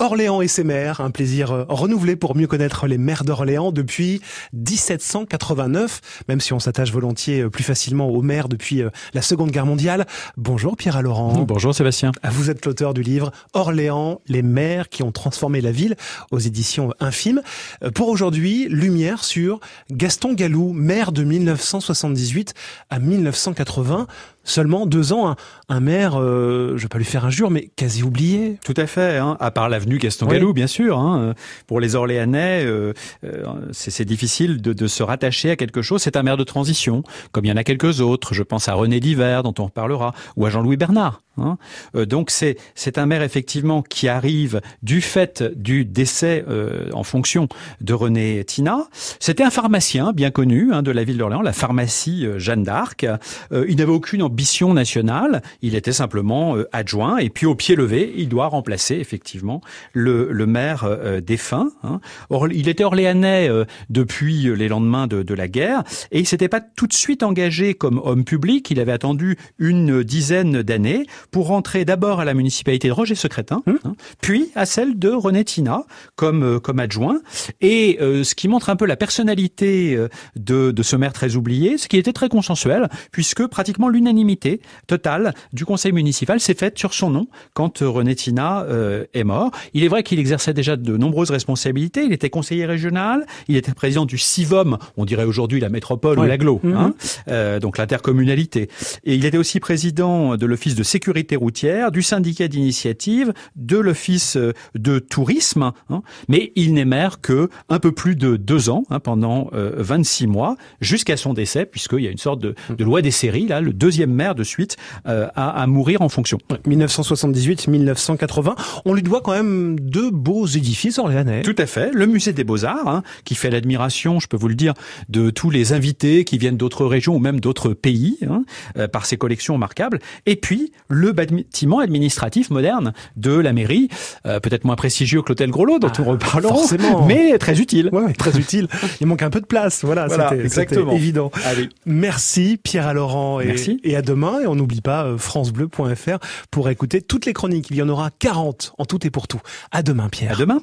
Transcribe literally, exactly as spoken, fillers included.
Orléans et ses maires, un plaisir renouvelé pour mieux connaître les maires d'Orléans depuis dix-sept cent quatre-vingt-neuf, même si on s'attache volontiers plus facilement aux maires depuis la Seconde Guerre mondiale. Bonjour Pierre Laurent. Bonjour Sébastien. Vous êtes l'auteur du livre Orléans, les maires qui ont transformé la ville aux éditions Infime. Pour aujourd'hui, lumière sur Gaston Gallou, maire de mille neuf cent soixante-dix-huit à mille neuf cent quatre-vingts. Seulement deux ans, un, un maire, euh, je ne vais pas lui faire injure, mais quasi oublié. Tout à fait, hein, à part l'avenue Gaston Gallou, oui. Bien sûr. Hein, pour les Orléanais, euh, euh, c'est, c'est difficile de, de se rattacher à quelque chose. C'est un maire de transition, comme il y en a quelques autres. Je pense à René Divert, dont on reparlera, ou à Jean-Louis Bernard. Hein. Euh, donc c'est c'est un maire effectivement qui arrive du fait du décès euh, en fonction de René Tinat. C'était un pharmacien bien connu hein, de la ville d'Orléans, la pharmacie euh, Jeanne d'Arc. Euh, il n'avait aucune ambition nationale, il était simplement euh, adjoint et puis au pied levé, il doit remplacer effectivement le, le maire euh, défunt. Hein. Or, il était orléanais euh, depuis les lendemains de, de la guerre et il s'était pas tout de suite engagé comme homme public. Il avait attendu une dizaine d'années pour rentrer d'abord à la municipalité de Roger-Secrétin, mmh. hein, puis à celle de René Tinat comme euh, comme adjoint. Et euh, ce qui montre un peu la personnalité euh, de de ce maire très oublié, c'est qu'il était très consensuel, puisque pratiquement l'unanimité totale du conseil municipal s'est faite sur son nom quand euh, René Tinat euh, est mort. Il est vrai qu'il exerçait déjà de nombreuses responsabilités. Il était conseiller régional, il était président du CIVOM, on dirait aujourd'hui la métropole ouais. ou l'agglo, mmh. hein, euh, donc l'intercommunalité. Et il était aussi président de l'office de sécurité routière, du syndicat d'initiative, de l'office de tourisme, hein, mais il n'est maire que un peu plus de deux ans, hein, pendant euh, vingt-six mois, jusqu'à son décès, puisqu'il y a une sorte de, de loi des séries, là, le deuxième maire de suite euh, à, à mourir en fonction. mille neuf cent soixante-dix-huit mille neuf cent quatre-vingts, on lui doit quand même deux beaux édifices orléanais. Tout à fait, le musée des Beaux-Arts, hein, qui fait l'admiration, je peux vous le dire, de tous les invités qui viennent d'autres régions ou même d'autres pays, hein, euh, par ses collections remarquables, et puis le bâtiment administratif moderne de la mairie, euh, peut-être moins prestigieux que l'hôtel Groslo, dont ah, on reparlera, forcément. Mais très utile. Ouais, très utile. Il manque un peu de place, voilà, voilà c'était, exactement. c'était évident. Allez. Merci Pierre Laurent et, Merci. et à demain. Et on n'oublie pas euh, francebleu point f r pour écouter toutes les chroniques. Il y en aura quarante en tout et pour tout. À demain Pierre. À demain.